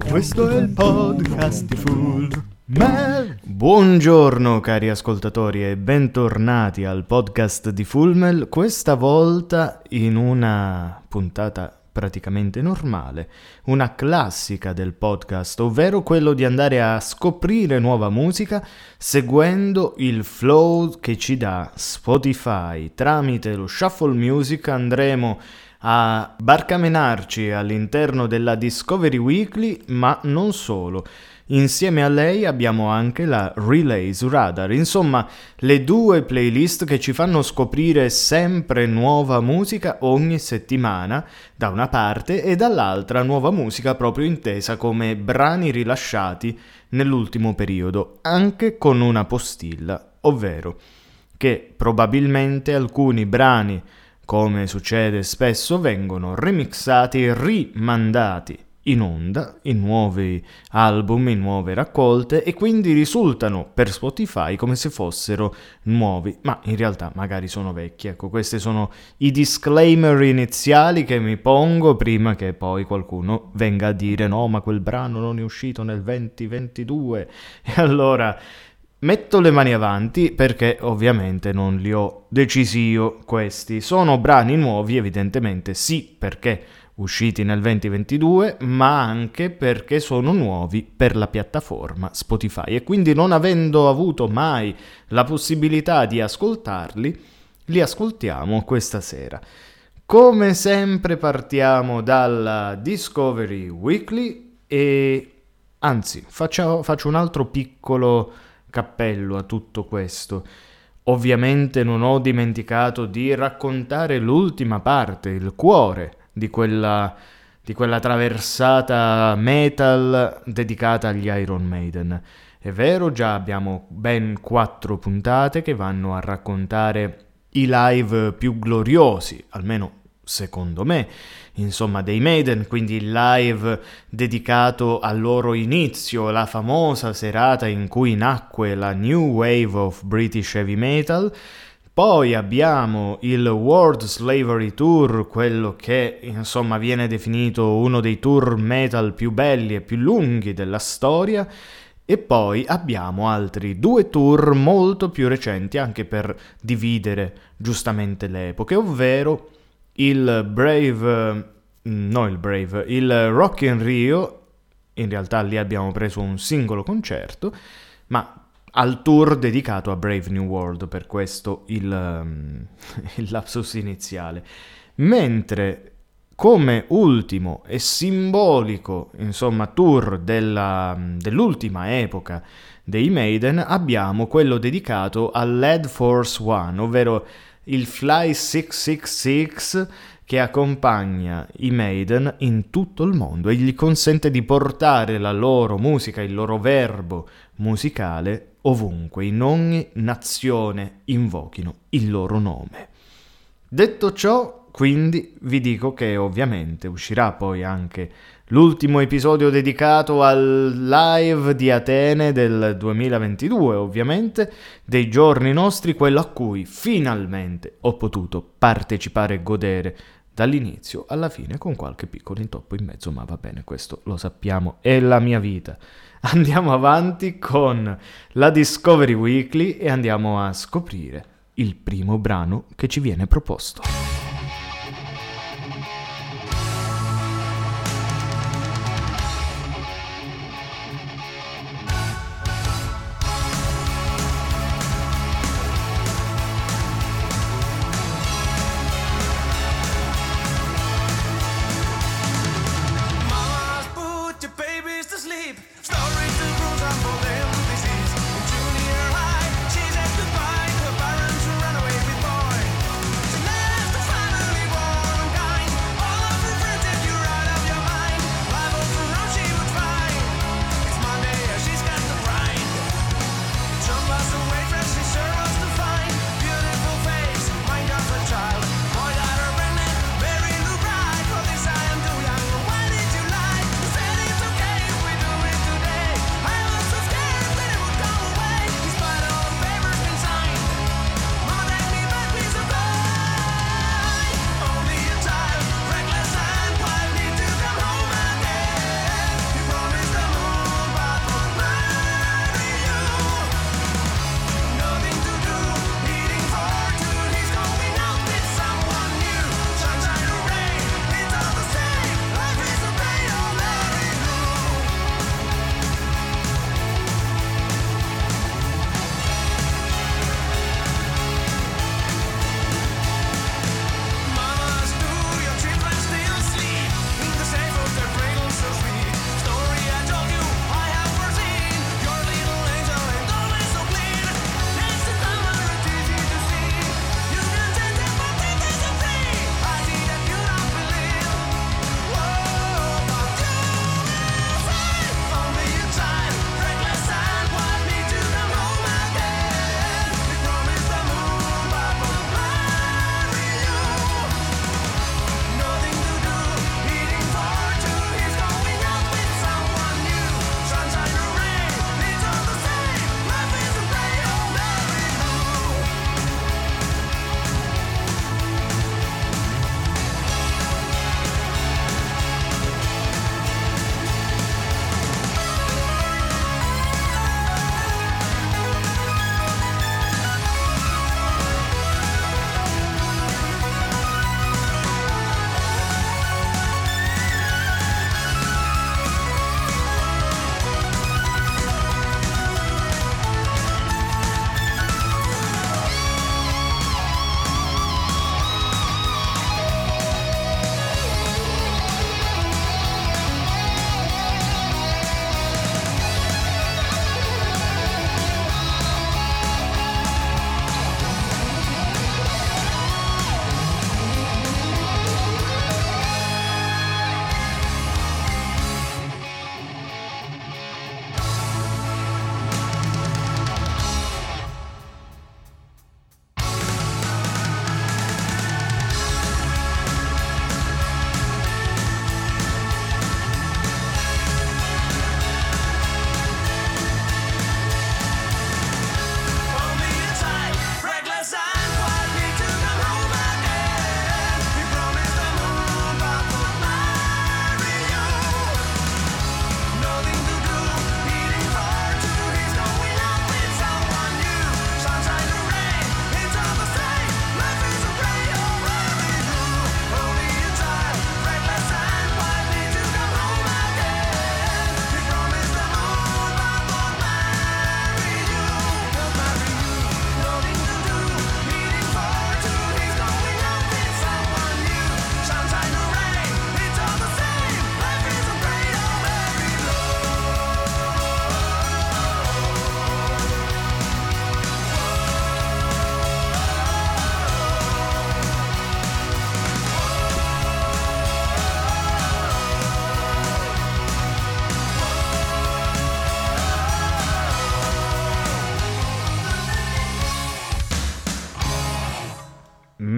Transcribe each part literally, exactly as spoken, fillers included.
Questo è il podcast di Full Mel. Buongiorno cari ascoltatori e bentornati al podcast di Full Mel, questa volta in una puntata praticamente normale, una classica del podcast, ovvero quello di andare a scoprire nuova musica seguendo il flow che ci dà Spotify. Tramite lo Shuffle Music andremo a barcamenarci all'interno della Discovery Weekly, ma non solo. Insieme a lei abbiamo anche la Relays Radar, insomma le due playlist che ci fanno scoprire sempre nuova musica ogni settimana da una parte e dall'altra nuova musica proprio intesa come brani rilasciati nell'ultimo periodo, anche con una postilla, ovvero che probabilmente alcuni brani, come succede spesso, vengono remixati e rimandati in onda, in nuovi album, in nuove raccolte, e quindi risultano per Spotify come se fossero nuovi, ma in realtà magari sono vecchi. Ecco, questi sono i disclaimer iniziali che mi pongo prima che poi qualcuno venga a dire no, ma quel brano non è uscito nel venti ventidue, e allora metto le mani avanti perché ovviamente non li ho decisi io questi. Sono brani nuovi evidentemente, sì, perché usciti nel venti ventidue, ma anche perché sono nuovi per la piattaforma Spotify e quindi non avendo avuto mai la possibilità di ascoltarli, li ascoltiamo questa sera. Come sempre partiamo dalla Discovery Weekly e anzi faccio, faccio un altro piccolo cappello a tutto questo. Ovviamente non ho dimenticato di raccontare l'ultima parte, il cuore di quella, di quella traversata metal dedicata agli Iron Maiden. È vero, già abbiamo ben quattro puntate che vanno a raccontare i live più gloriosi, almeno secondo me, insomma, dei Maiden, quindi il live dedicato al loro inizio, la famosa serata in cui nacque la New Wave of British Heavy Metal. Poi abbiamo il World Slavery Tour, quello che insomma viene definito uno dei tour metal più belli e più lunghi della storia, e poi abbiamo altri due tour molto più recenti anche per dividere giustamente le epoche, ovvero il Brave, no il Brave, il Rock in Rio. In realtà lì abbiamo preso un singolo concerto, ma al tour dedicato a Brave New World, per questo il, um, il lapsus iniziale. Mentre come ultimo e simbolico, insomma, tour della, dell'ultima epoca dei Maiden abbiamo quello dedicato all'Air Force One, ovvero il Fly sei sei sei, che accompagna i Maiden in tutto il mondo e gli consente di portare la loro musica, il loro verbo musicale ovunque, in ogni nazione invochino il loro nome. Detto ciò, quindi vi dico che ovviamente uscirà poi anche l'ultimo episodio dedicato al live di Atene del duemilaventidue, ovviamente, dei giorni nostri, quello a cui finalmente ho potuto partecipare e godere dall'inizio alla fine, con qualche piccolo intoppo in mezzo, ma va bene, questo lo sappiamo, è la mia vita. Andiamo avanti con la Discovery Weekly e andiamo a scoprire il primo brano che ci viene proposto. Junior high, she's at goodbye to her parents who ran away with boy. Tonight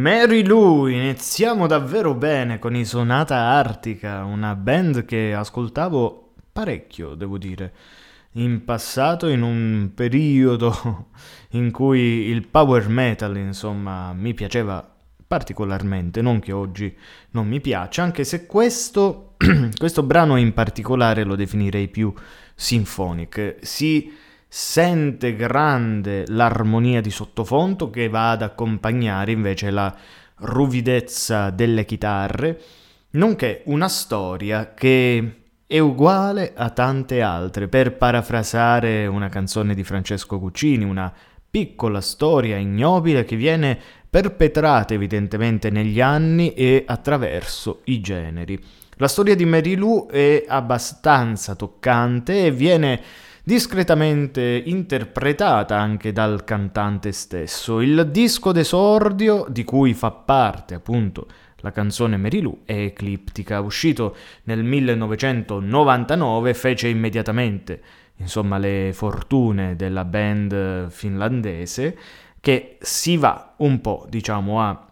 Mary Lou, iniziamo davvero bene con i Sonata Artica, una band che ascoltavo parecchio, devo dire, in passato, in un periodo in cui il power metal, insomma, mi piaceva particolarmente, non che oggi non mi piaccia, anche se questo, questo brano in particolare lo definirei più symphonic. Si sente grande l'armonia di sottofondo che va ad accompagnare invece la ruvidezza delle chitarre, nonché una storia che è uguale a tante altre. Per parafrasare una canzone di Francesco Guccini, una piccola storia ignobile che viene perpetrata evidentemente negli anni e attraverso i generi. La storia di Mary Lou è abbastanza toccante e viene discretamente interpretata anche dal cantante stesso. Il disco d'esordio, di cui fa parte appunto la canzone Mary Lou, è Ecliptica, uscito nel millenovecentonovantanove, fece immediatamente, insomma, le fortune della band finlandese, che si va un po', diciamo, a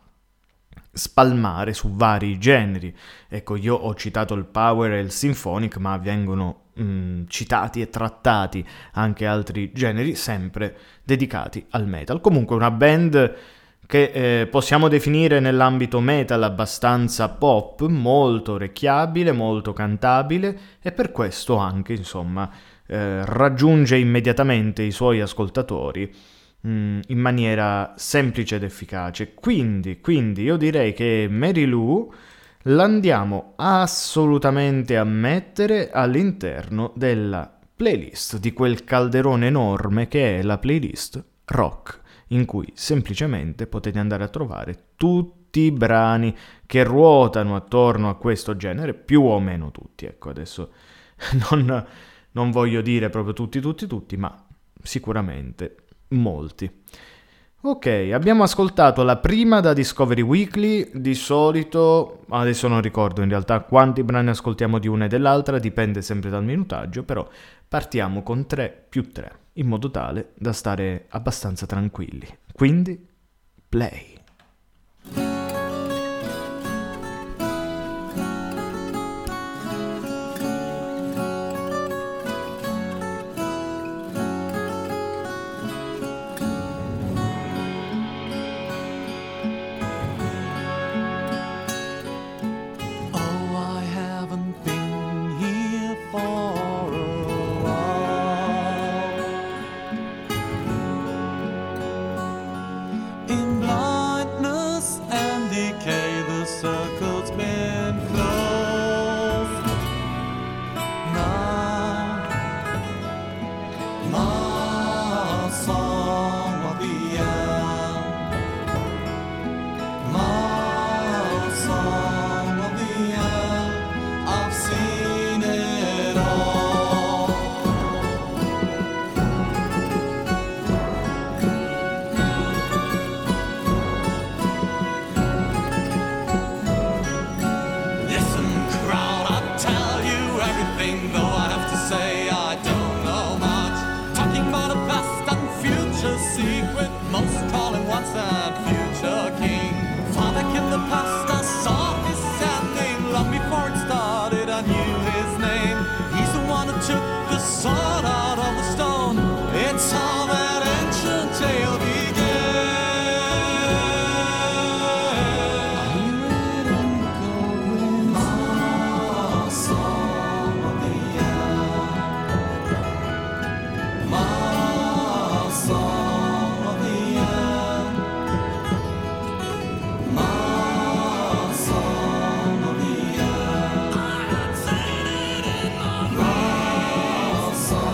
spalmare su vari generi. Ecco, io ho citato il power e il symphonic, ma vengono mh, citati e trattati anche altri generi, sempre dedicati al metal. Comunque una band che eh, possiamo definire nell'ambito metal abbastanza pop, molto orecchiabile, molto cantabile, e per questo anche, insomma, eh, raggiunge immediatamente i suoi ascoltatori in maniera semplice ed efficace. Quindi, quindi io direi che Mary Lou l'andiamo assolutamente a mettere all'interno della playlist, di quel calderone enorme che è la playlist rock, in cui semplicemente potete andare a trovare tutti i brani che ruotano attorno a questo genere, più o meno tutti. Ecco, adesso non, non voglio dire proprio tutti, tutti, tutti, ma sicuramente molti. Ok, abbiamo ascoltato la prima da Discovery Weekly. Di solito, adesso non ricordo in realtà quanti brani ascoltiamo di una e dell'altra, dipende sempre dal minutaggio, però partiamo con tre più tre, in modo tale da stare abbastanza tranquilli. Quindi, play. Song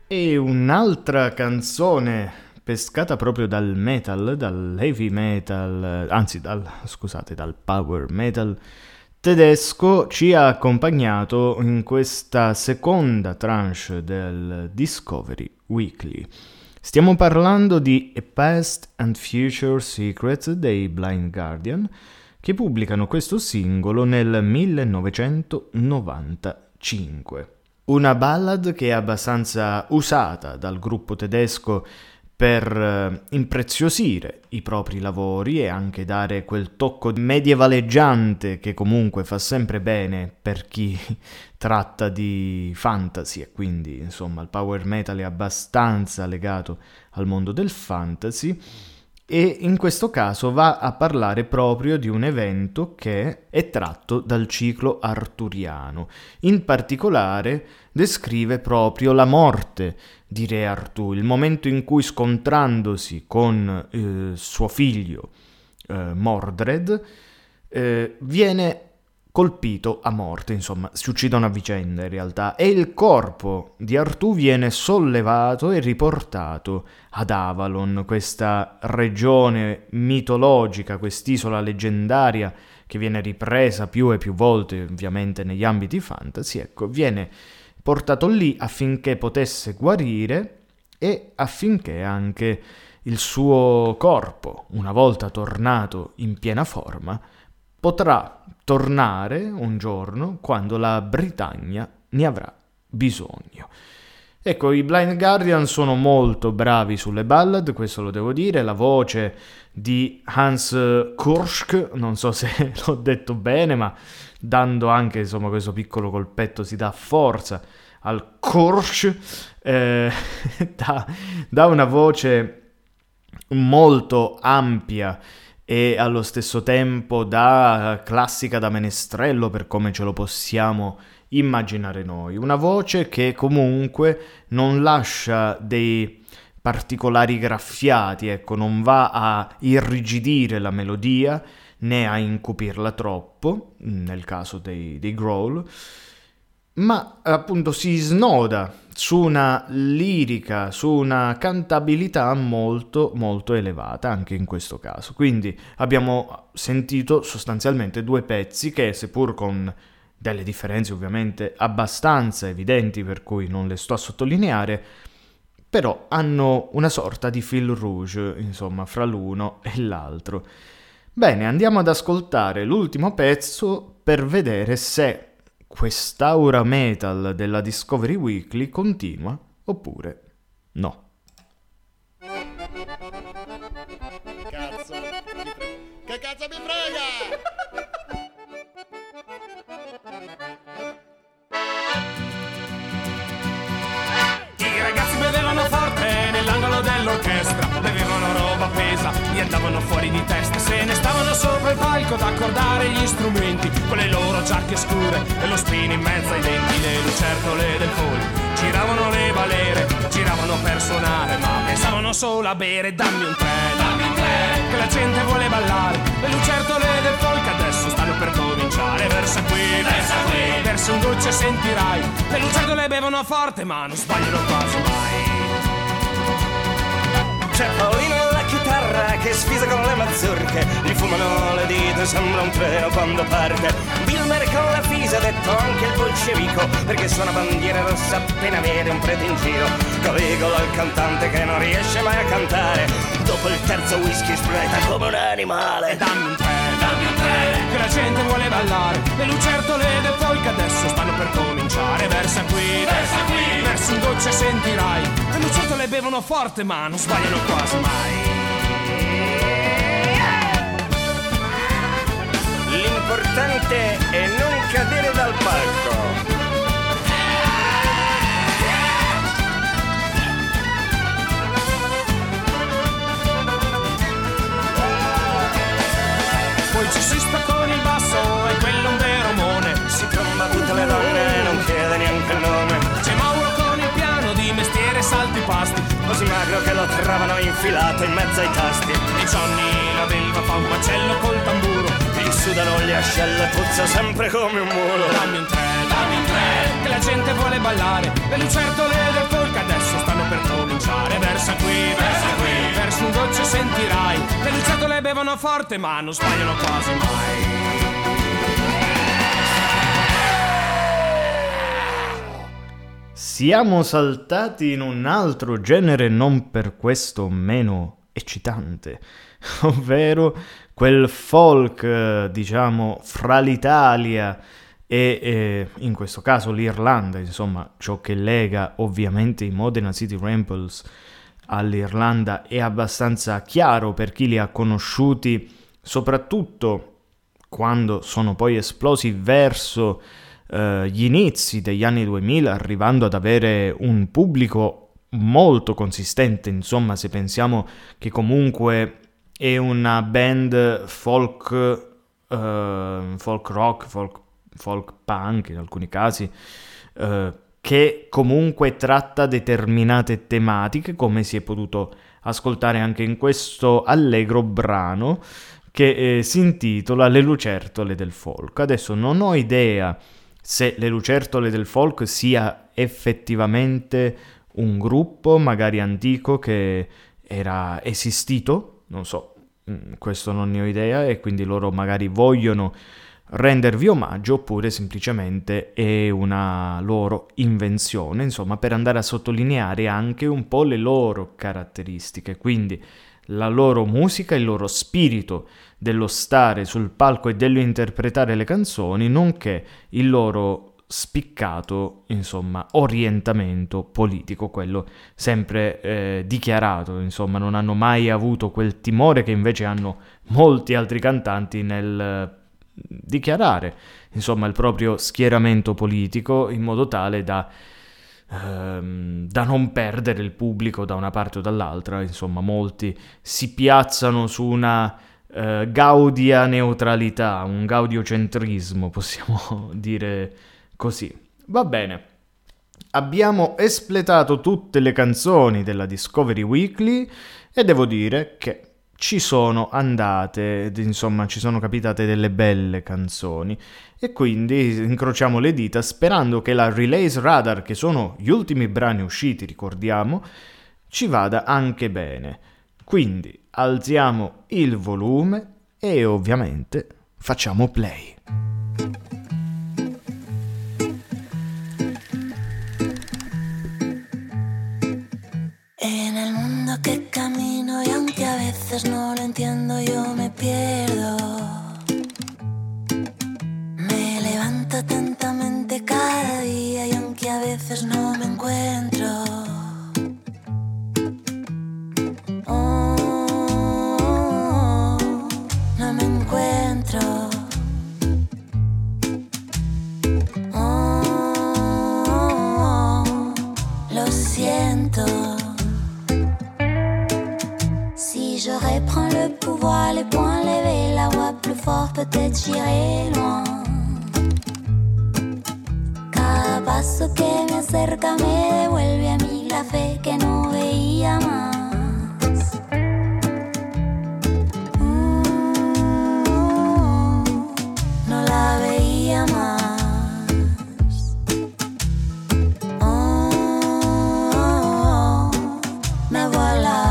E un'altra canzone pescata proprio dal metal, dal heavy metal, anzi dal, scusate, dal power metal tedesco, ci ha accompagnato in questa seconda tranche del Discovery Weekly. Stiamo parlando di A Past and Future Secret dei Blind Guardian, che pubblicano questo singolo nel millenovecentonovantacinque. Una ballad che è abbastanza usata dal gruppo tedesco per eh, impreziosire i propri lavori e anche dare quel tocco medievaleggiante che comunque fa sempre bene per chi tratta di fantasy, e quindi insomma il power metal è abbastanza legato al mondo del fantasy. E in questo caso va a parlare proprio di un evento che è tratto dal ciclo arturiano. In particolare descrive proprio la morte di Re Artù, il momento in cui, scontrandosi con eh, suo figlio eh, Mordred, eh, viene colpito a morte, insomma, si uccidono a vicenda in realtà, e il corpo di Artù viene sollevato e riportato ad Avalon, questa regione mitologica, quest'isola leggendaria che viene ripresa più e più volte ovviamente negli ambiti fantasy. Ecco, viene portato lì affinché potesse guarire e affinché anche il suo corpo, una volta tornato in piena forma, potrà tornare un giorno quando la Britannia ne avrà bisogno. Ecco, i Blind Guardian sono molto bravi sulle ballad, questo lo devo dire. La voce di Hans Kursk, non so se l'ho detto bene, ma dando anche insomma questo piccolo colpetto si dà forza al Kursk, eh, dà, dà una voce molto ampia e allo stesso tempo da classica da menestrello, per come ce lo possiamo immaginare noi. Una voce che comunque non lascia dei particolari graffiati, ecco, non va a irrigidire la melodia né a incupirla troppo, nel caso dei, dei growl, ma appunto si snoda su una lirica, su una cantabilità molto molto elevata anche in questo caso. Quindi abbiamo sentito sostanzialmente due pezzi che, seppur con delle differenze ovviamente abbastanza evidenti per cui non le sto a sottolineare, però hanno una sorta di fil rouge, insomma, fra l'uno e l'altro. Bene, andiamo ad ascoltare l'ultimo pezzo per vedere se quest'aura metal della Discovery Weekly continua oppure no. Cazzo, che cazzo mi frega? I ragazzi bevevano forte nell'angolo dell'orchestra, bevevano roba pesa, gli andavano fuori di testa, se ne stavano sopra il palco ad accordare gli strumenti con le loro giacche scure e lo spino in mezzo ai denti. Le lucertole del folk giravano le balere, giravano per suonare, ma pensavano solo a bere. Dammi un tè, dammi un tè, che la gente vuole ballare. Le lucertole del folk adesso stanno per cominciare. Versa qui, versa qui, versa un dolce sentirai. Le lucertole bevono forte ma non sbagliano quasi mai. C'è Paolino alla chitarra che sfisa con le mazurche, gli fumano le dita, sembra un treno quando parte. Wilmer con la fisa, detto anche il bolscevico, perché suona bandiera rossa appena vede un prete in giro. Caligula il cantante che non riesce mai a cantare, dopo il terzo whisky spleta come un animale. Dammi un tè, dammi un tè, che la gente vuole ballare. Le lucertole del folk adesso stanno per cominciare. Versa qui, versa qui, versa un goccia sentirai. Le lucertole bevono forte ma non sbagliano quasi mai. L'importante è non cadere dal palco. Poi ci si sta con il basso e quello un vero mone. Si tromba tutte le donne e non chiede neanche il nome. C'è Mauro con il piano di mestiere salti pasti, così magro che lo trovano infilato in mezzo ai tasti. E Johnny la belva fa un macello col tamburo, gli sudano le ascelle, puzza sempre come un mulo. Dammi un tè, dammi un tè, che la gente vuole ballare. Le lucertole del folk adesso stanno per cominciare. Versa qui, versa qui, verso un dolce sentirai. Le lucertole bevono forte ma non sbagliano quasi mai. Siamo saltati in un altro genere non per questo meno eccitante, ovvero quel folk, diciamo, fra l'Italia e eh, in questo caso l'Irlanda, insomma, ciò che lega ovviamente i Modena City Ramples all'Irlanda è abbastanza chiaro per chi li ha conosciuti, soprattutto quando sono poi esplosi verso Uh, gli inizi degli anni duemila, arrivando ad avere un pubblico molto consistente. Insomma, se pensiamo che comunque è una band folk, uh, folk rock, folk, folk punk in alcuni casi, uh, che comunque tratta determinate tematiche, come si è potuto ascoltare anche in questo allegro brano che eh, si intitola Le lucertole del folk. Adesso non ho idea se le lucertole del folk sia effettivamente un gruppo magari antico che era esistito, non so, questo non ne ho idea, e quindi loro magari vogliono rendervi omaggio, oppure semplicemente è una loro invenzione, insomma, per andare a sottolineare anche un po' le loro caratteristiche, quindi la loro musica, il loro spirito dello stare sul palco e dello interpretare le canzoni, nonché il loro spiccato, insomma, orientamento politico, quello sempre eh, dichiarato, insomma, non hanno mai avuto quel timore che invece hanno molti altri cantanti nel eh, dichiarare, insomma, il proprio schieramento politico in modo tale da da non perdere il pubblico da una parte o dall'altra. Insomma, molti si piazzano su una uh, gaudia neutralità, un gaudiocentrismo, possiamo dire così. Va bene, abbiamo espletato tutte le canzoni della Discovery Weekly e devo dire che ci sono andate, insomma, ci sono capitate delle belle canzoni, e quindi incrociamo le dita sperando che la Release Radar, che sono gli ultimi brani usciti, ricordiamo, ci vada anche bene. Quindi alziamo il volume e ovviamente facciamo play. En el mundo que camino y aunque a veces no lo entiendo yo me pierdo. Me levanto atentamente cada día y aunque a veces no me encuentro. Oh, no me encuentro. Oh, lo siento. Je reprends le pouvoir, les poings levés, la voix plus fort, peut-être j'irai loin. Cada paso que me acerca me devuelve a mí la fe que no veía más. Mm, no la veía más. Oh, me voilà.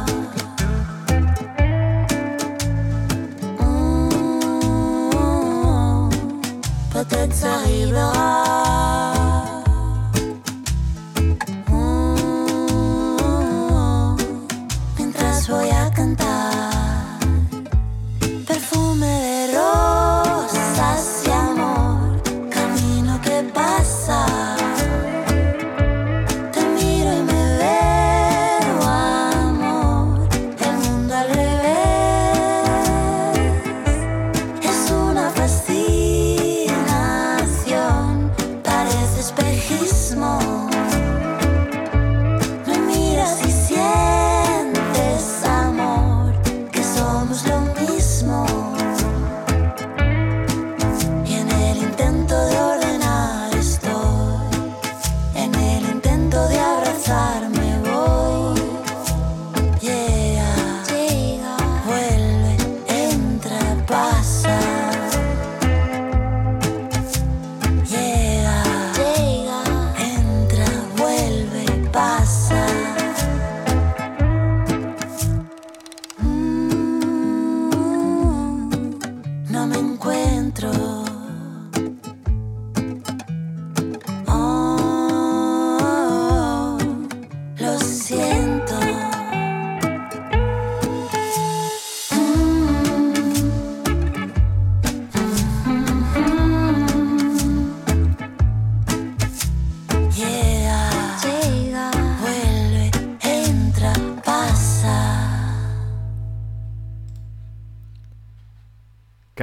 Peut-être ça arrivera. Mm, mientras voy a cantar. Perfume de rosas y amor. Camino que pasa. Te miro y me veo amor. El mundo al revés. Es una fascinación.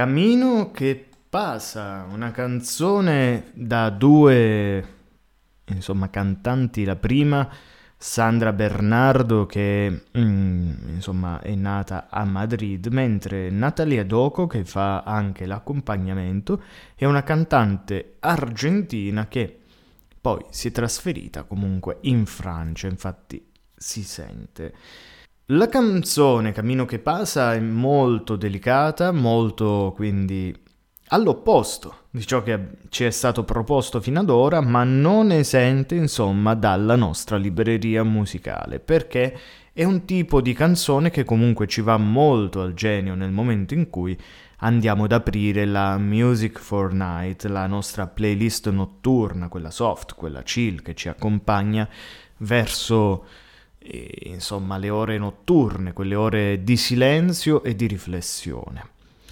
Camino che passa, una canzone da due, insomma, cantanti. La prima, Sandra Bernardo, che mm, insomma è nata a Madrid, mentre Natalia Doco, che fa anche l'accompagnamento, è una cantante argentina che poi si è trasferita comunque in Francia, infatti si sente. La canzone Camino che passa è molto delicata, molto quindi all'opposto di ciò che ci è stato proposto fino ad ora, ma non esente insomma dalla nostra libreria musicale, perché è un tipo di canzone che comunque ci va molto al genio nel momento in cui andiamo ad aprire la Music for Night, la nostra playlist notturna, quella soft, quella chill che ci accompagna verso E, insomma le ore notturne, quelle ore di silenzio e di riflessione.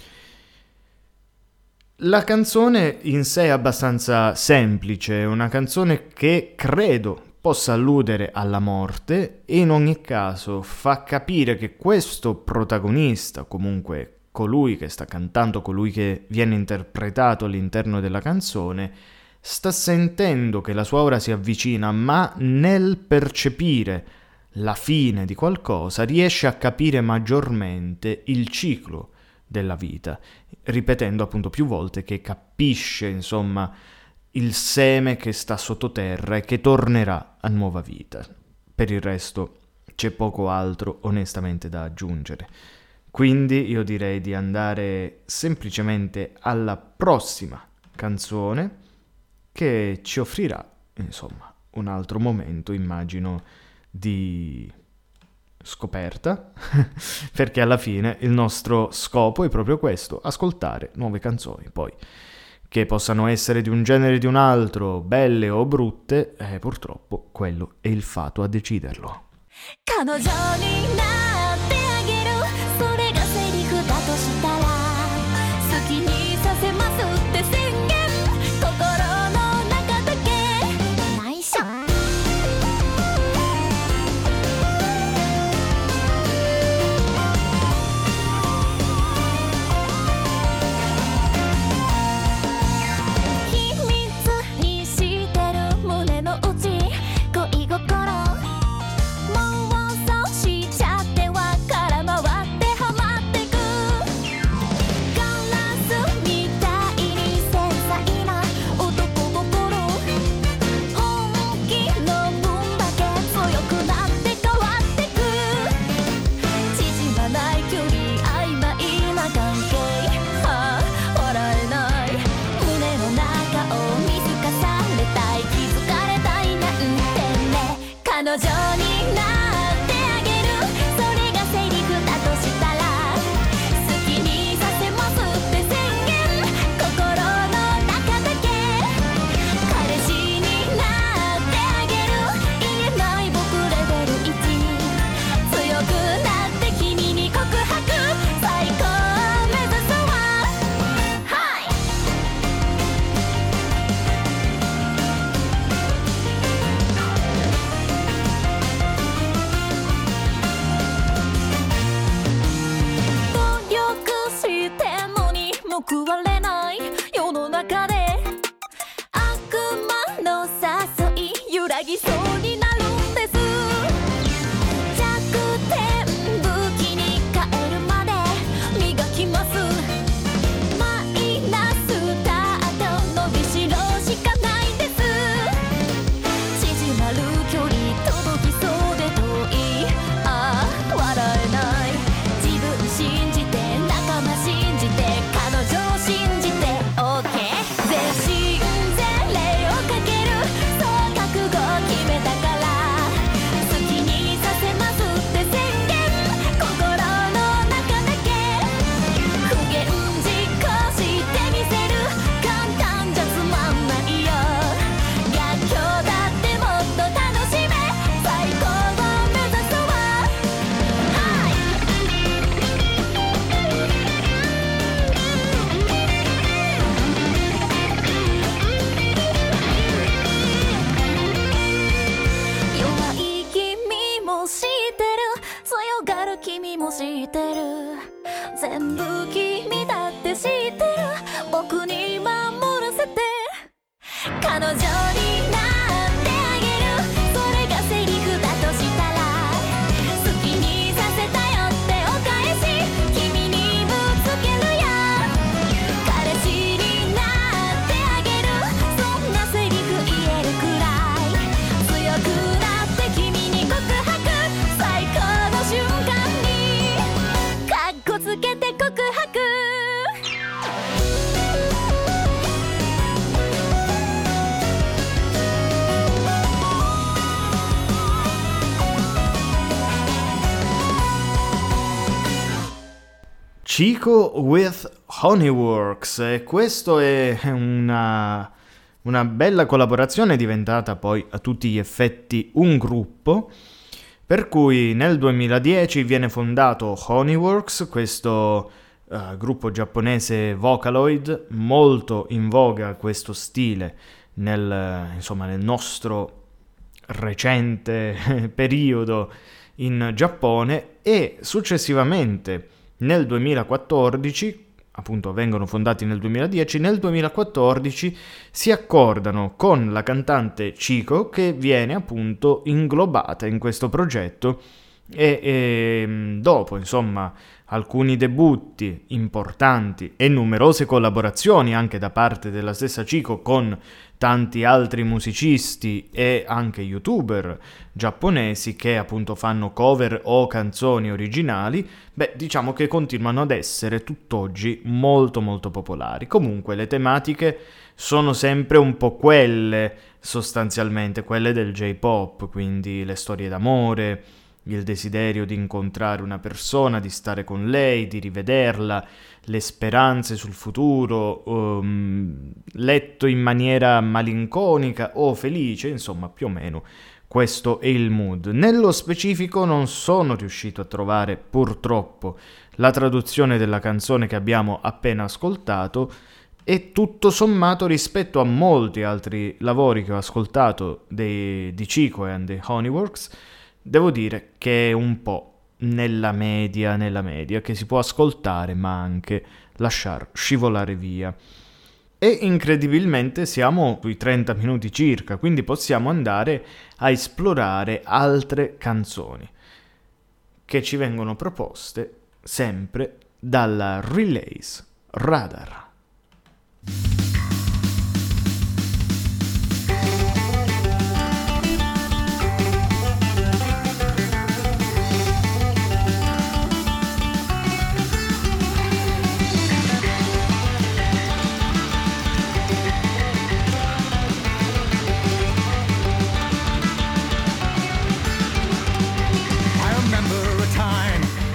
La canzone in sé è abbastanza semplice, è una canzone che credo possa alludere alla morte e in ogni caso fa capire che questo protagonista, comunque colui che sta cantando, colui che viene interpretato all'interno della canzone, sta sentendo che la sua ora si avvicina, ma nel percepire la fine di qualcosa riesce a capire maggiormente il ciclo della vita, ripetendo appunto più volte che capisce insomma il seme che sta sottoterra e che tornerà a nuova vita. Per il resto c'è poco altro onestamente da aggiungere, quindi io direi di andare semplicemente alla prossima canzone che ci offrirà insomma un altro momento, immagino, di scoperta, perché alla fine il nostro scopo è proprio questo, ascoltare nuove canzoni, poi che possano essere di un genere o di un altro, belle o brutte, eh, purtroppo quello è il fato a deciderlo. 彼女になってあげるそれがセリフだとしたら好きにさせたよってお返し君にぶつけるよ彼氏になってあげるそんなセリフ言えるくらい強くなって君に告白最高の瞬間にかっこつけて告白 Chico with Honeyworks, e questo è una, una bella collaborazione diventata poi a tutti gli effetti un gruppo, per cui nel duemiladieci viene fondato Honeyworks, questo uh, gruppo giapponese Vocaloid, molto in voga questo stile nel, insomma, nel nostro recente periodo in Giappone, e successivamente nel duemilaquattordici, appunto vengono fondati nel duemiladieci, nel duemilaquattordici si accordano con la cantante Chico, che viene appunto inglobata in questo progetto e, e dopo insomma alcuni debutti importanti e numerose collaborazioni anche da parte della stessa Chico con tanti altri musicisti e anche youtuber giapponesi che appunto fanno cover o canzoni originali, beh, diciamo che continuano ad essere tutt'oggi molto molto popolari. Comunque le tematiche sono sempre un po' quelle, sostanzialmente quelle del J-pop, quindi le storie d'amore, il desiderio di incontrare una persona, di stare con lei, di rivederla, le speranze sul futuro, um, letto in maniera malinconica o felice, insomma più o meno questo è il mood. Nello specifico non sono riuscito a trovare purtroppo la traduzione della canzone che abbiamo appena ascoltato, e tutto sommato rispetto a molti altri lavori che ho ascoltato dei, di Chico and the Honeyworks, devo dire che è un po' nella media, nella media, che si può ascoltare ma anche lasciar scivolare via. E incredibilmente siamo sui trenta minuti circa, quindi possiamo andare a esplorare altre canzoni che ci vengono proposte sempre dalla Relays Radar.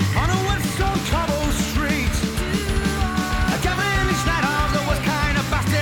Gavin each night of the worst kind of bastard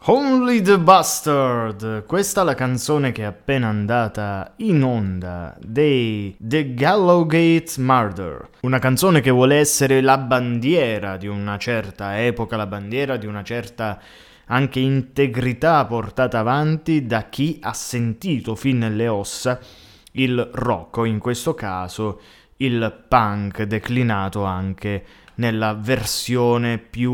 Only the Bastard, questa è la canzone che è appena andata in onda dei The Gallowgate Murder, una canzone che vuole essere la bandiera di una certa epoca, la bandiera di una certa anche integrità portata avanti da chi ha sentito fin nelle ossa il rock, o in questo caso il punk, declinato anche nella versione più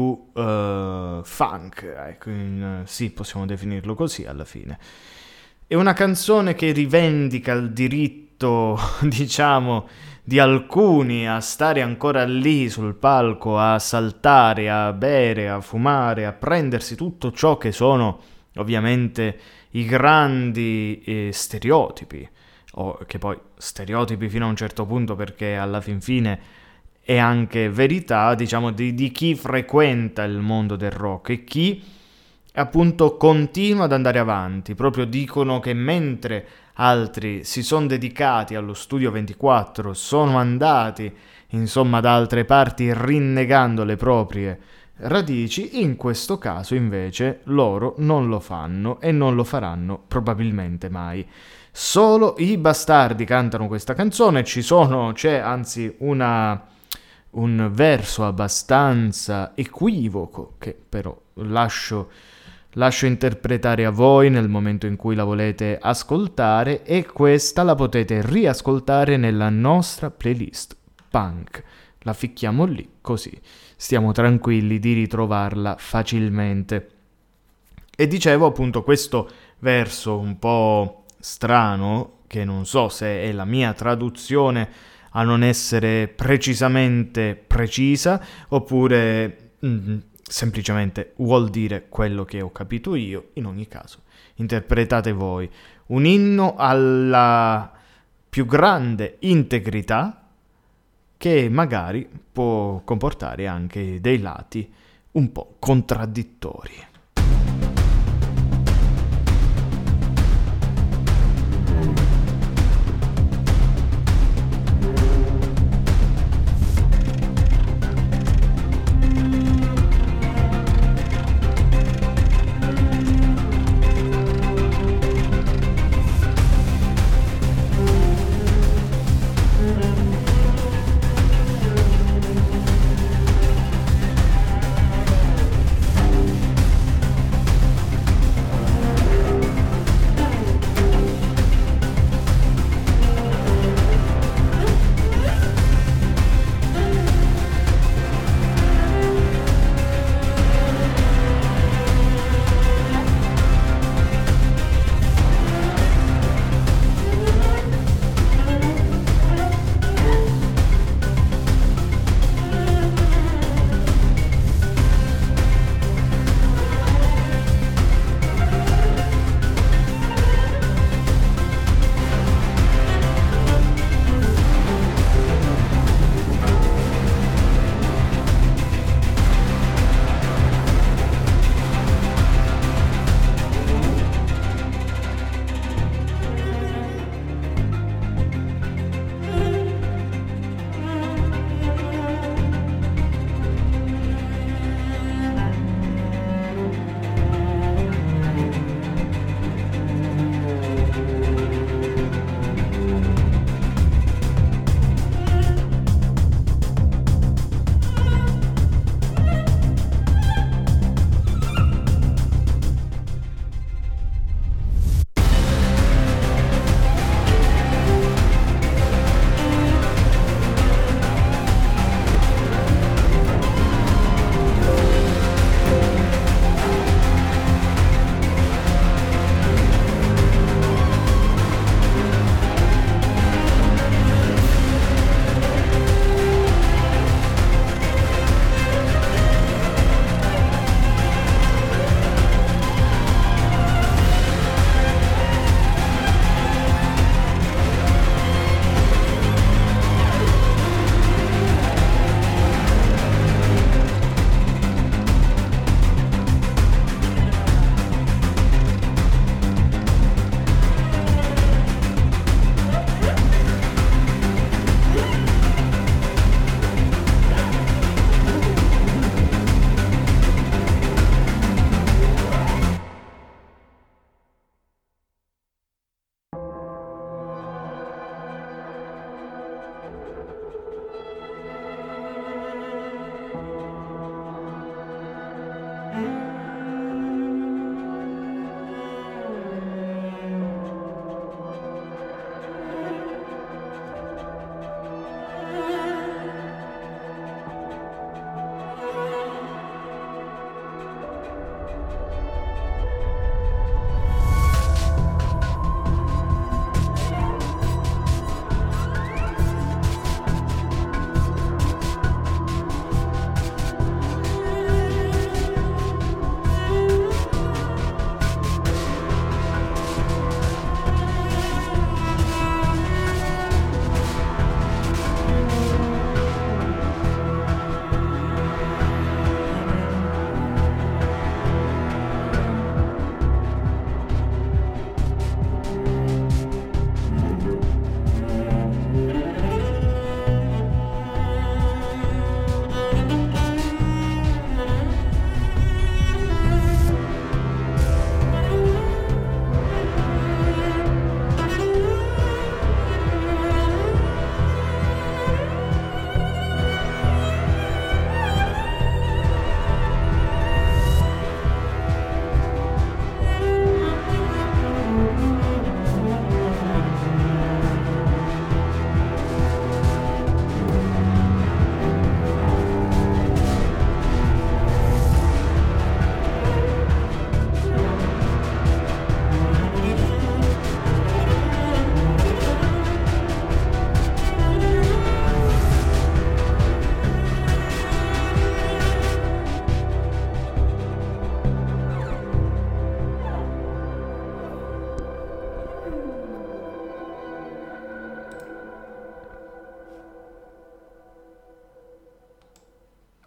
uh, funk, ecco, in, sì, possiamo definirlo così alla fine. È una canzone che rivendica il diritto, diciamo, di alcuni a stare ancora lì sul palco, a saltare, a bere, a fumare, a prendersi tutto ciò che sono ovviamente i grandi eh, stereotipi, o che poi stereotipi fino a un certo punto, perché alla fin fine è anche verità, diciamo, di, di chi frequenta il mondo del rock e chi appunto continua ad andare avanti. Proprio dicono che mentre altri si sono dedicati allo Studio ventiquattro, sono andati insomma da altre parti rinnegando le proprie radici, in questo caso invece loro non lo fanno e non lo faranno probabilmente mai. Solo i bastardi cantano questa canzone, ci sono, c'è anzi una... un verso abbastanza equivoco che però lascio, lascio interpretare a voi nel momento in cui la volete ascoltare, e questa la potete riascoltare nella nostra playlist punk. La ficchiamo lì, così stiamo tranquilli di ritrovarla facilmente. E dicevo appunto questo verso un po' strano, che non so se è la mia traduzione a non essere precisamente precisa, oppure mm, semplicemente vuol dire quello che ho capito io. In ogni caso, interpretate voi. Un inno alla più grande integrità, che magari può comportare anche dei lati un po' contraddittori.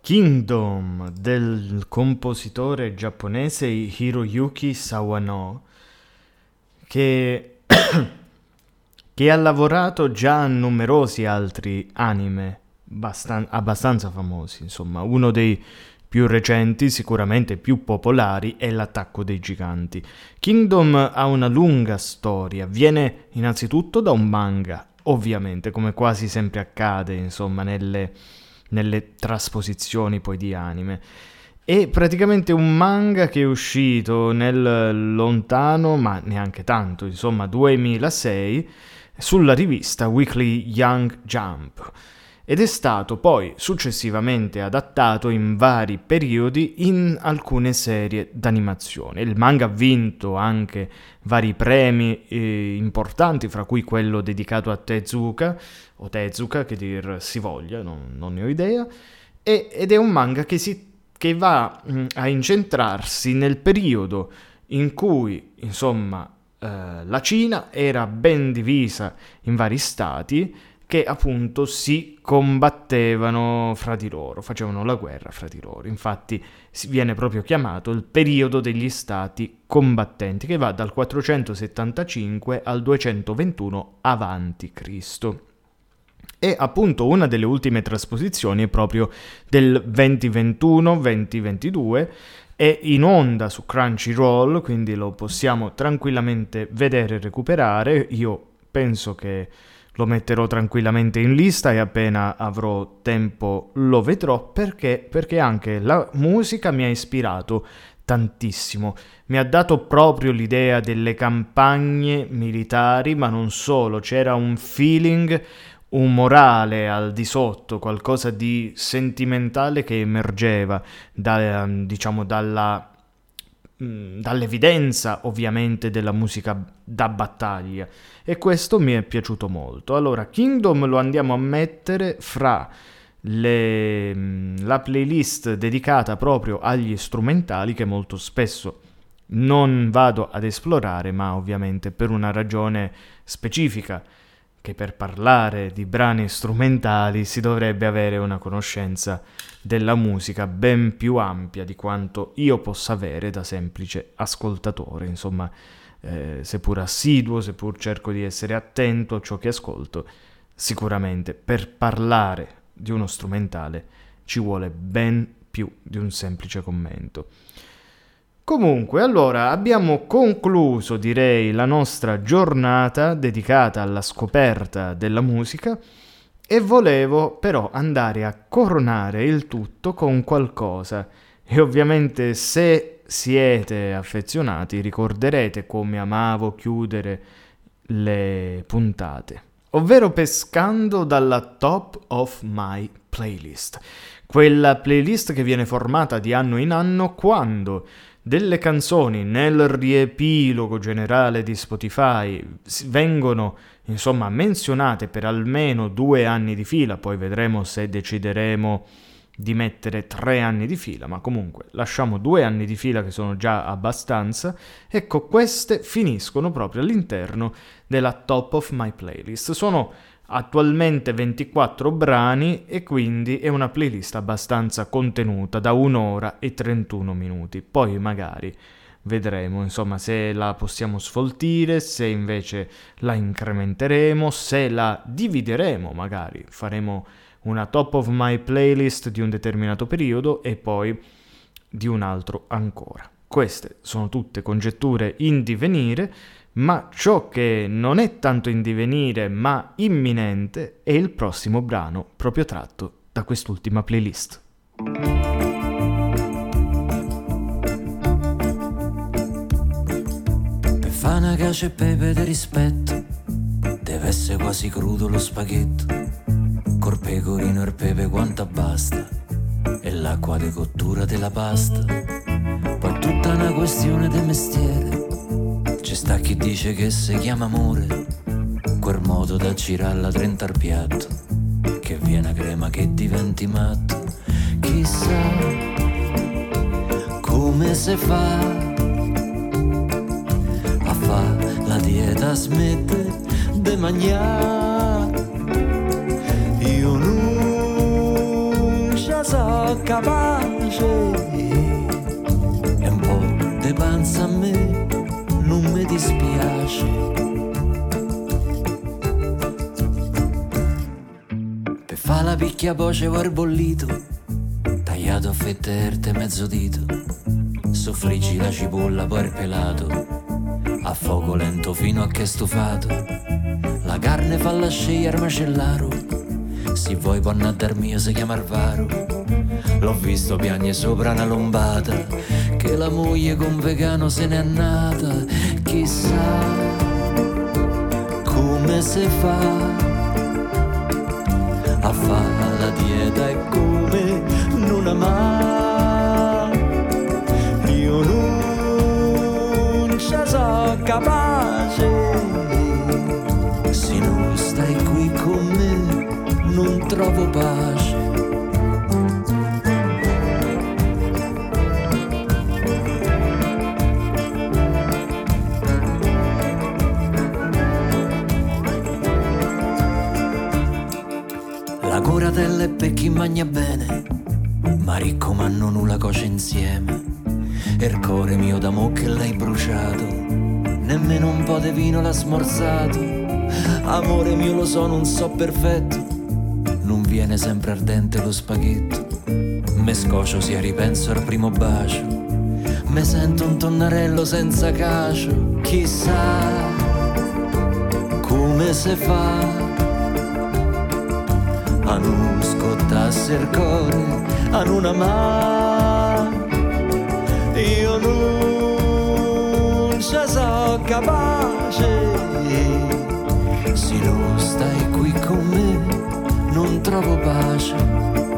Kingdom del compositore giapponese Hiroyuki Sawano, che, che ha lavorato già a numerosi altri anime bastan- abbastanza famosi. Insomma, uno dei più recenti, sicuramente più popolari, è L'Attacco dei Giganti. Kingdom ha una lunga storia, viene innanzitutto da un manga, ovviamente, come quasi sempre accade, insomma, nelle... nelle trasposizioni poi di anime. È praticamente un manga che è uscito nel lontano, ma neanche tanto, insomma duemilasei, sulla rivista Weekly Young Jump, ed è stato poi successivamente adattato in vari periodi in alcune serie d'animazione. Il manga ha vinto anche vari premi eh, importanti, fra cui quello dedicato a Tezuka, o Tezuka, che dir si voglia, non, non ne ho idea, e, ed è un manga che, si, che va mh, a incentrarsi nel periodo in cui, insomma, eh, la Cina era ben divisa in vari stati, che appunto si combattevano fra di loro, facevano la guerra fra di loro. Infatti viene proprio chiamato il periodo degli stati combattenti, che va dal quattrocentosettantacinque al duecentoventuno avanti Cristo. E appunto una delle ultime trasposizioni è proprio del duemilaventuno duemilaventidue, è in onda su Crunchyroll, quindi lo possiamo tranquillamente vedere e recuperare. Io penso che lo metterò tranquillamente in lista e appena avrò tempo lo vedrò, perché, perché anche la musica mi ha ispirato tantissimo. Mi ha dato proprio l'idea delle campagne militari, ma non solo, c'era un feeling, un morale al di sotto, qualcosa di sentimentale che emergeva da, diciamo, dalla... dall'evidenza ovviamente della musica da battaglia, e questo mi è piaciuto molto. Allora, Kingdom lo andiamo a mettere fra le, la playlist dedicata proprio agli strumentali, che molto spesso non vado ad esplorare, ma ovviamente per una ragione specifica, che per parlare di brani strumentali si dovrebbe avere una conoscenza della musica ben più ampia di quanto io possa avere da semplice ascoltatore, insomma, eh, seppur assiduo, seppur cerco di essere attento a ciò che ascolto, sicuramente per parlare di uno strumentale ci vuole ben più di un semplice commento. Comunque, allora, abbiamo concluso, direi, la nostra giornata dedicata alla scoperta della musica, e volevo però andare a coronare il tutto con qualcosa. E ovviamente, se siete affezionati, ricorderete come amavo chiudere le puntate, ovvero pescando dalla Top of My Playlist, quella playlist che viene formata di anno in anno quando delle canzoni nel riepilogo generale di Spotify vengono, insomma, menzionate per almeno due anni di fila. Poi vedremo se decideremo di mettere tre anni di fila, ma comunque lasciamo due anni di fila, che sono già abbastanza. Ecco, queste finiscono proprio all'interno della Top of My Playlist. Sono attualmente ventiquattro brani e quindi è una playlist abbastanza contenuta, da un'ora e trentuno minuti. Poi magari vedremo, insomma, se la possiamo sfoltire, se invece la incrementeremo, se la divideremo, magari faremo una Top of My Playlist di un determinato periodo e poi di un altro ancora. Queste sono tutte congetture in divenire, ma ciò che non è tanto in divenire ma imminente è il prossimo brano proprio tratto da quest'ultima playlist. Per fare una cacio e pepe di rispetto deve essere quasi crudo lo spaghetto, col pecorino e il pepe quanto basta e l'acqua di cottura della pasta. Poi tutta una questione di mestiere. Ci sta chi dice che si chiama amore, quel modo da girarla trenta al piatto, che viene crema che diventi matto. Chissà come si fa a fa la dieta, smette de mangiare. Io non ci so so capace e un po' de panza a me non mi dispiace. Per fa la picchia voce vuol bollito, tagliato a fette erte mezzo dito, soffriggi la cipolla poi il pelato, a fuoco lento fino a che è stufato, la carne falla scegliere macellaro, se vuoi può andare dal mio si chiama Arvaro. L'ho visto piagne sopra una lombata, che la moglie con vegano se n'è nata. Chissà come si fa a fare la dieta e come non amare. Io non ci so capace, se non stai qui con me non trovo pace. La coratella è per chi mangia bene, ma ricco manno nulla coce insieme. E il cuore mio d'amore che l'hai bruciato, nemmeno un po' di vino l'ha smorzato. Amore mio lo so, non so perfetto, non viene sempre ardente lo spaghetto. Me scocio sia ripenso al primo bacio, me sento un tonnarello senza cacio. Chissà come si fa a non scottasse il cuore, a non amare. Io non ci so capace, se non stai qui con me non trovo pace.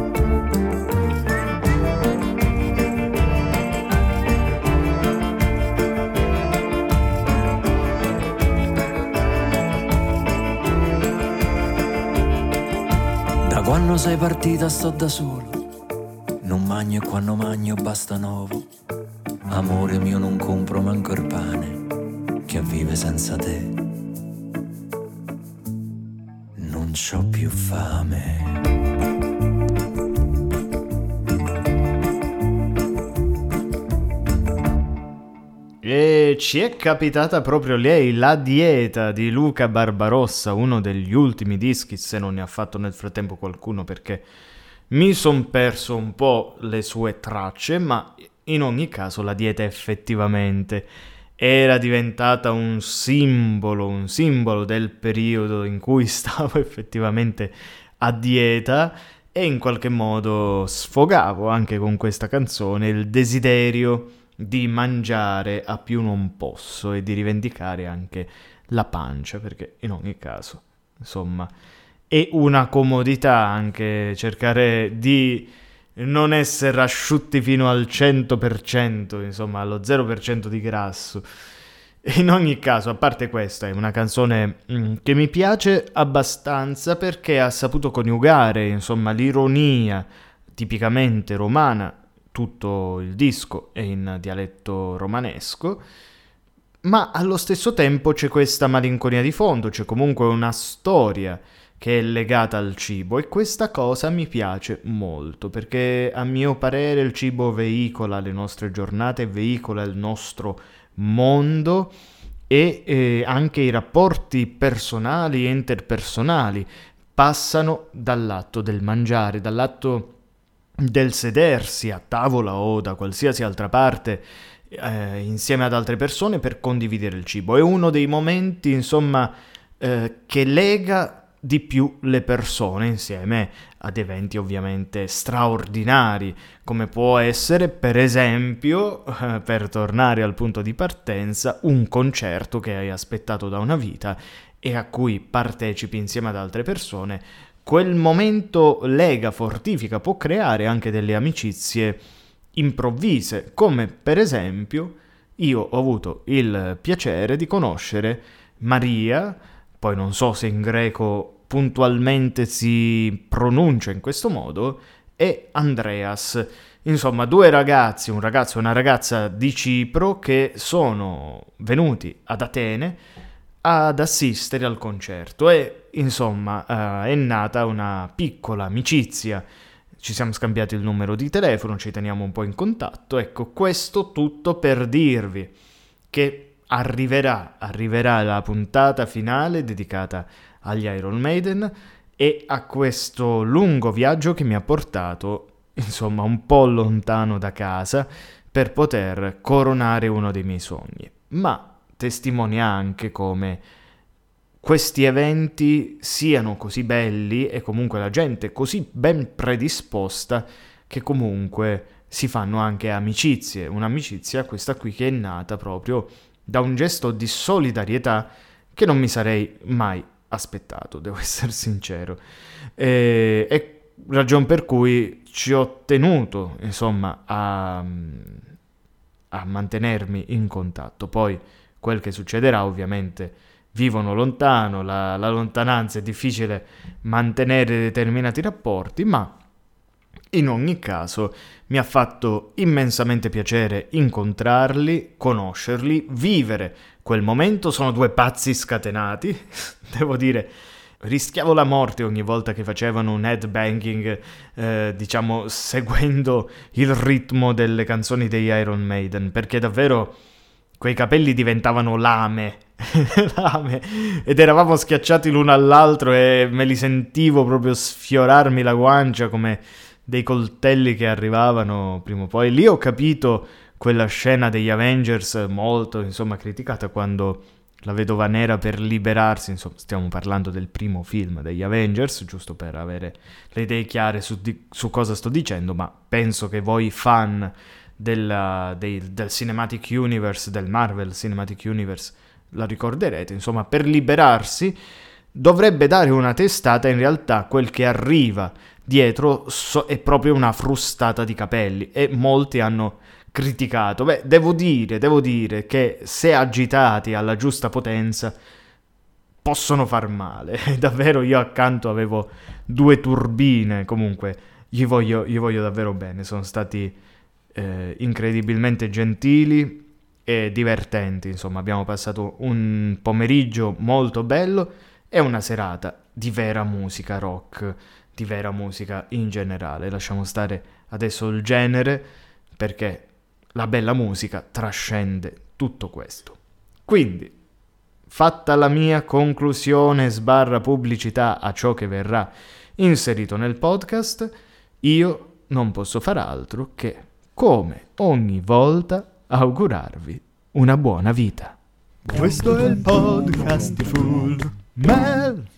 Quando sei partita sto da solo, non magno e quando magno basta novo. Amore mio non compro manco il pane, che vive senza te non c'ho più fame. E ci è capitata proprio lei, La dieta di Luca Barbarossa, uno degli ultimi dischi, se non ne ha fatto nel frattempo qualcuno, perché mi son perso un po' le sue tracce, ma in ogni caso La dieta effettivamente era diventata un simbolo, un simbolo del periodo in cui stavo effettivamente a dieta, e in qualche modo sfogavo anche con questa canzone il desiderio di mangiare a più non posso e di rivendicare anche la pancia, perché in ogni caso, insomma, è una comodità anche cercare di non essere asciutti fino al cento per cento, insomma, allo zero per cento di grasso. In ogni caso, a parte questa, è una canzone mm, che mi piace abbastanza perché ha saputo coniugare, insomma, l'ironia tipicamente romana. Tutto il disco è in dialetto romanesco, ma allo stesso tempo c'è questa malinconia di fondo, c'è comunque una storia che è legata al cibo, e questa cosa mi piace molto, perché a mio parere il cibo veicola le nostre giornate, veicola il nostro mondo e eh, anche i rapporti personali e interpersonali passano dall'atto del mangiare, dall'atto del sedersi a tavola o da qualsiasi altra parte eh, insieme ad altre persone per condividere il cibo. È uno dei momenti, insomma, eh, che lega di più le persone insieme ad eventi ovviamente straordinari, come può essere per esempio, eh, per tornare al punto di partenza, un concerto che hai aspettato da una vita e a cui partecipi insieme ad altre persone. Quel momento lega, fortifica, può creare anche delle amicizie improvvise, come per esempio io ho avuto il piacere di conoscere Maria, poi non so se in greco puntualmente si pronuncia in questo modo, e Andreas. Insomma, due ragazzi, un ragazzo e una ragazza di Cipro, che sono venuti ad Atene ad assistere al concerto e insomma uh, è nata una piccola amicizia ci siamo scambiati il numero di telefono, ci teniamo un po' in contatto. Ecco, questo tutto per dirvi che arriverà, arriverà la puntata finale dedicata agli Iron Maiden e a questo lungo viaggio che mi ha portato, insomma, un po' lontano da casa per poter coronare uno dei miei sogni. Ma testimonia anche come questi eventi siano così belli e comunque la gente così ben predisposta che comunque si fanno anche amicizie. Un'amicizia, questa qui, che è nata proprio da un gesto di solidarietà che non mi sarei mai aspettato, devo essere sincero. E, e ragion per cui ci ho tenuto, insomma, a, a mantenermi in contatto. Poi quel che succederà, ovviamente, vivono lontano, la, la lontananza è difficile mantenere determinati rapporti, ma in ogni caso mi ha fatto immensamente piacere incontrarli, conoscerli, vivere quel momento. Sono due pazzi scatenati, devo dire, rischiavo la morte ogni volta che facevano un headbanging, eh, diciamo, seguendo il ritmo delle canzoni degli Iron Maiden, perché davvero quei capelli diventavano lame, lame, ed eravamo schiacciati l'uno all'altro e me li sentivo proprio sfiorarmi la guancia come dei coltelli che arrivavano prima o poi. Lì ho capito quella scena degli Avengers molto, insomma, criticata, quando la vedova nera, per liberarsi, insomma, stiamo parlando del primo film degli Avengers, giusto per avere le idee chiare su, di, su cosa sto dicendo, ma penso che voi fan della, dei, del Cinematic Universe, del Marvel Cinematic Universe, la ricorderete. Insomma, per liberarsi dovrebbe dare una testata, in realtà quel che arriva dietro so, è proprio una frustata di capelli, e molti hanno criticato. Beh, devo dire, devo dire che se agitati alla giusta potenza possono far male. Davvero, io accanto avevo due turbine. Comunque gli voglio, gli voglio davvero bene, sono stati eh, incredibilmente gentili e divertenti. Insomma, abbiamo passato un pomeriggio molto bello e una serata di vera musica rock, di vera musica in generale. Lasciamo stare adesso il genere, perché la bella musica trascende tutto questo. Quindi, fatta la mia conclusione sbarra pubblicità a ciò che verrà inserito nel podcast, io non posso far altro che, come ogni volta, augurarvi una buona vita. Questo è il podcast di Full Metal.